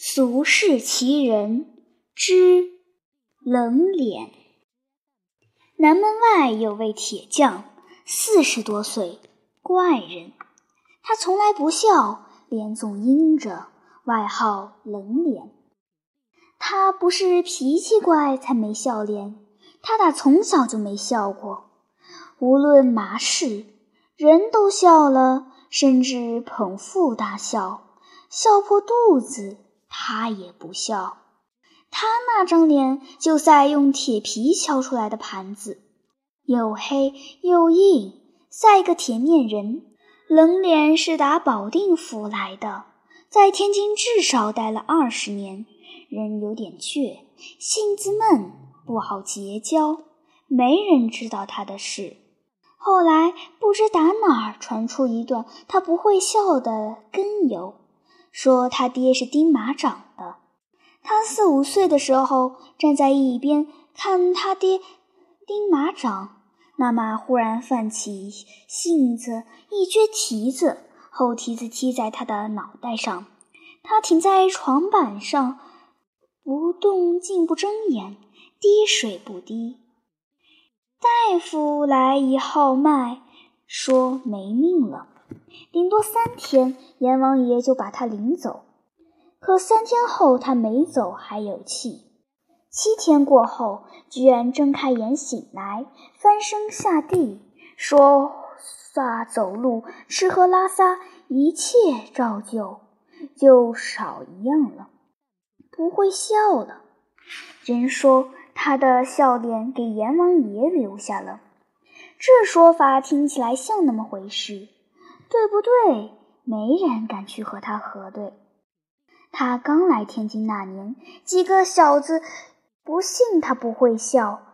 俗世奇人之冷脸。南门外有位铁匠，40多岁，怪人。他从来不笑，脸总阴着，外号冷脸。他不是脾气怪才没笑脸，他打从小就没笑过。无论嘛事，人都笑了，甚至捧腹大笑，笑破肚子他也不笑。他那张脸就在用铁皮敲出来的盘子，又黑又硬，赛个铁面人。冷脸是打保定府来的，在天津至少待了20年，人有点倔，性子闷，不好结交，没人知道他的事。后来不知打哪儿传出一段他不会笑的根由，说他爹是钉马掌的。他4、5岁的时候站在一边看他爹钉马掌，那马忽然犯起性子，一撅蹄子，后蹄子踢在他的脑袋上，他挺在床板上不动，竟不睁眼，滴水不滴。大夫来一号脉，说没命了，顶多3天，阎王爷就把他领走。可3天后他没走，还有气。7天过后，居然睁开眼醒来，翻身下地，说话走路吃喝拉撒一切照旧，就少一样了，不会笑了。人说他的笑脸给阎王爷留下了，这说法听起来像那么回事，对不对？没人敢去和他核对。他刚来天津那年，几个小子不信他不会笑，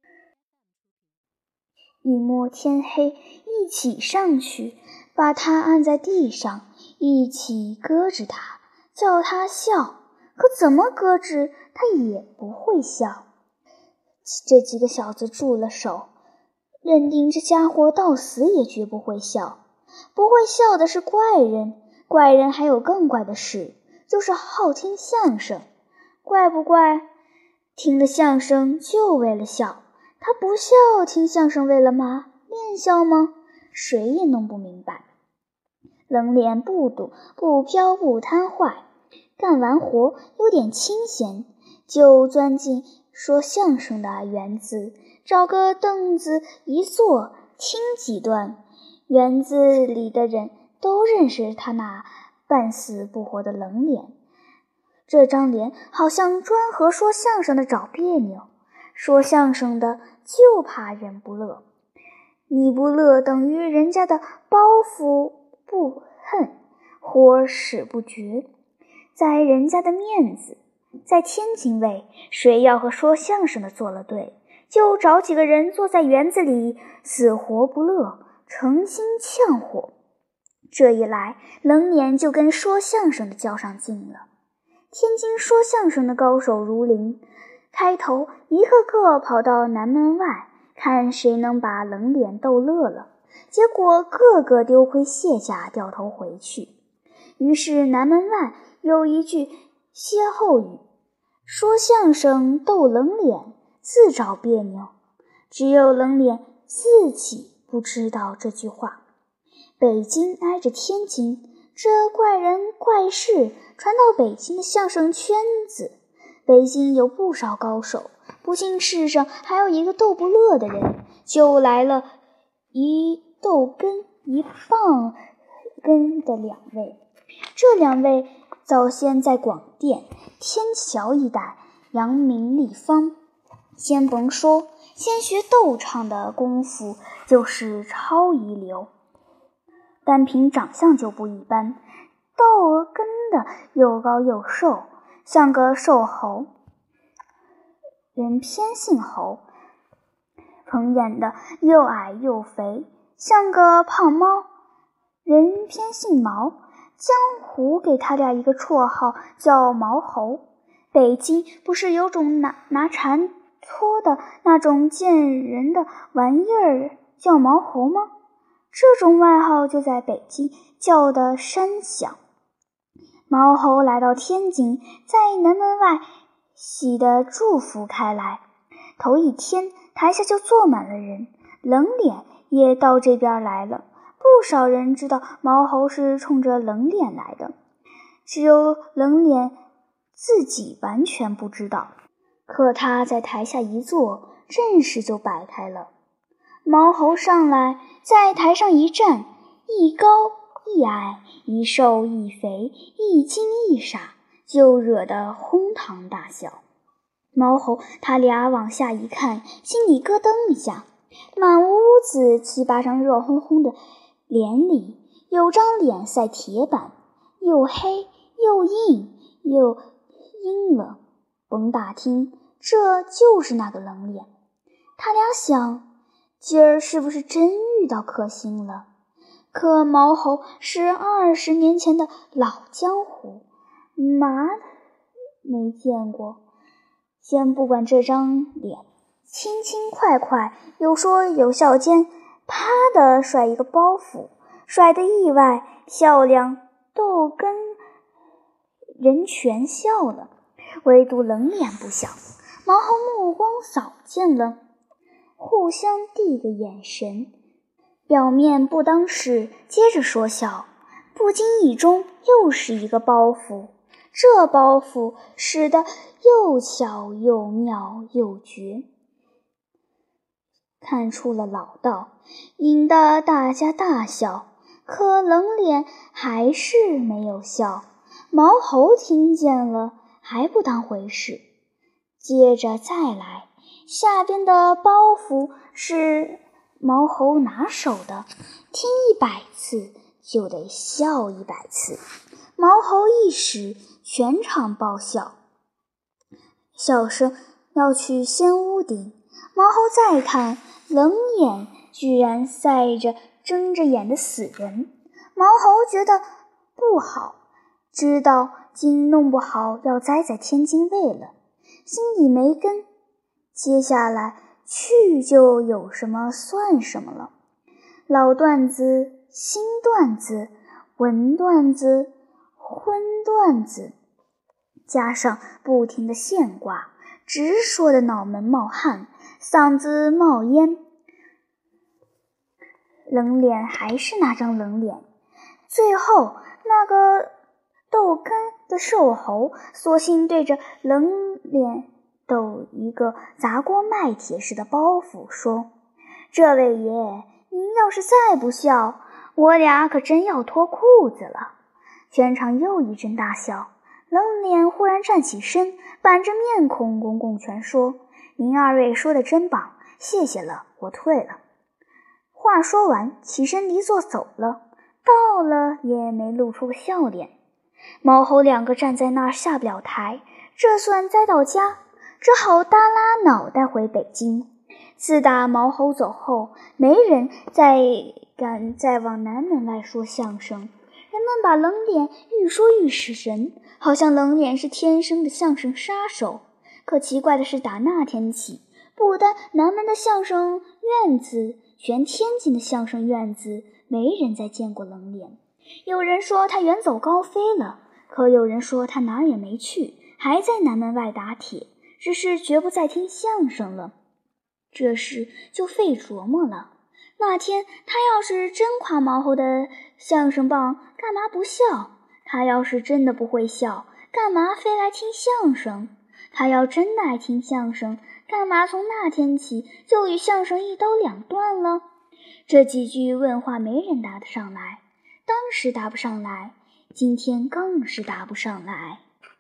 一摸天黑，一起上去，把他按在地上，一起搁着他，叫他笑。可怎么搁置，他也不会笑。这几个小子住了手，认定这家伙到死也绝不会笑。不会笑的是怪人，怪人还有更怪的事，就是好听相声。怪不怪？听了相声就为了笑，他不笑，听相声为了嘛？练笑吗？谁也弄不明白。冷脸不赌不飘不贪坏，干完活有点清闲，就钻进说相声的园子，找个凳子一坐，听几段。园子里的人都认识他那半死不活的冷脸，这张脸好像专和说相声的找别扭，说相声的就怕人不乐，你不乐等于人家的包袱不恨，活使不绝，在人家的面子。在天津卫，谁要和说相声的做了对，就找几个人坐在园子里死活不乐，诚心呛火。这一来，冷脸就跟说相声的较上劲了。天津说相声的高手如林，开头一个个跑到南门外，看谁能把冷脸逗乐了，结果个个丢盔卸甲，掉头回去。于是南门外有一句歇后语，说相声逗冷脸，自找别扭。只有冷脸自己不知道这句话。北京挨着天津，这怪人怪事传到北京的相声圈子，北京有不少高手，不幸世上还有一个逗不乐的人，就来了一逗哏一棒哏的2位。这2位早先在广电、天桥一带扬名立芳，先甭说，先学逗唱的功夫就是超一流，单凭长相就不一般，逗哏的又高又瘦，像个瘦猴，人偏姓猴；彭演的又矮又肥，像个胖猫，人偏姓毛。江湖给他俩一个绰号叫毛猴。北京不是有种拿蝉搓的那种见人的玩意儿叫毛猴吗？这种外号就在北京叫得山响。 毛猴来到天津，在南门外喜地祝福开来。头一天，台下就坐满了人，冷脸也到这边来了。不少人知道毛猴是冲着冷脸来的，只有冷脸自己完全不知道。可他在台下一坐，阵势就摆开了。毛猴上来，在台上一站，一高一矮，一瘦一肥，一惊一傻，就惹得哄堂大笑。毛猴他俩往下一看，心里咯噔一下，满屋子七八张热烘烘的脸里，有张脸赛铁板，又黑又硬又阴冷，甭打听，这就是那个冷脸。他俩想，今儿是不是真遇到克星了？可毛猴是20年前的老江湖，嘛没见过。先不管这张脸，轻轻快快，有说有笑间，啪地甩一个包袱，甩得意外漂亮，都跟人全笑了，唯独冷脸不笑。毛猴目光扫见了，互相递个眼神，表面不当事，接着说笑，不经意中又是一个包袱。这包袱使得又巧又妙又绝，看出了老道，引得大家大笑。可冷脸还是没有笑。毛猴听见了，还不当回事，接着再来。下边的包袱是毛猴拿手的，听100次就得笑100次。毛猴一使，全场爆笑，笑声要去掀屋顶。毛猴再看，冷眼居然赛着睁着眼的死人。毛猴觉得不好，知道竟弄不好要栽在天津卫了，心里没根。接下来去就有什么算什么了，老段子、新段子、文段子、荤段子，加上不停的现挂，直说的脑门冒汗，嗓子冒烟。冷脸还是那张冷脸，最后那个逗哏的瘦猴索性对着冷脸抖一个砸锅卖铁似的包袱，说：这位爷，您要是再不笑，我俩可真要脱裤子了。全场又一阵大笑。冷脸忽然站起身，板着面孔拱拱拳说：您2位说的真棒，谢谢了，我退了。话说完，起身离座走了，到了也没露出个笑脸。毛猴2个站在那儿下不了台，这算栽到家，只好耷拉脑袋回北京。自打毛猴走后，没人敢再往南门外说相声。人们把冷脸愈说愈是神，好像冷脸是天生的相声杀手。可奇怪的是，打那天起，不单南门的相声院子，全天津的相声院子没人再见过冷脸。有人说他远走高飞了，可有人说他哪儿也没去，还在南门外打铁，只是绝不再听相声了。这事就费琢磨了。那天他要是真夸毛猴的相声棒，干嘛不笑？他要是真的不会笑，干嘛非来听相声？他要真的爱听相声，干嘛从那天起就与相声一刀两断了？这几句问话没人答得上来，当时答不上来，今天更是答不上来。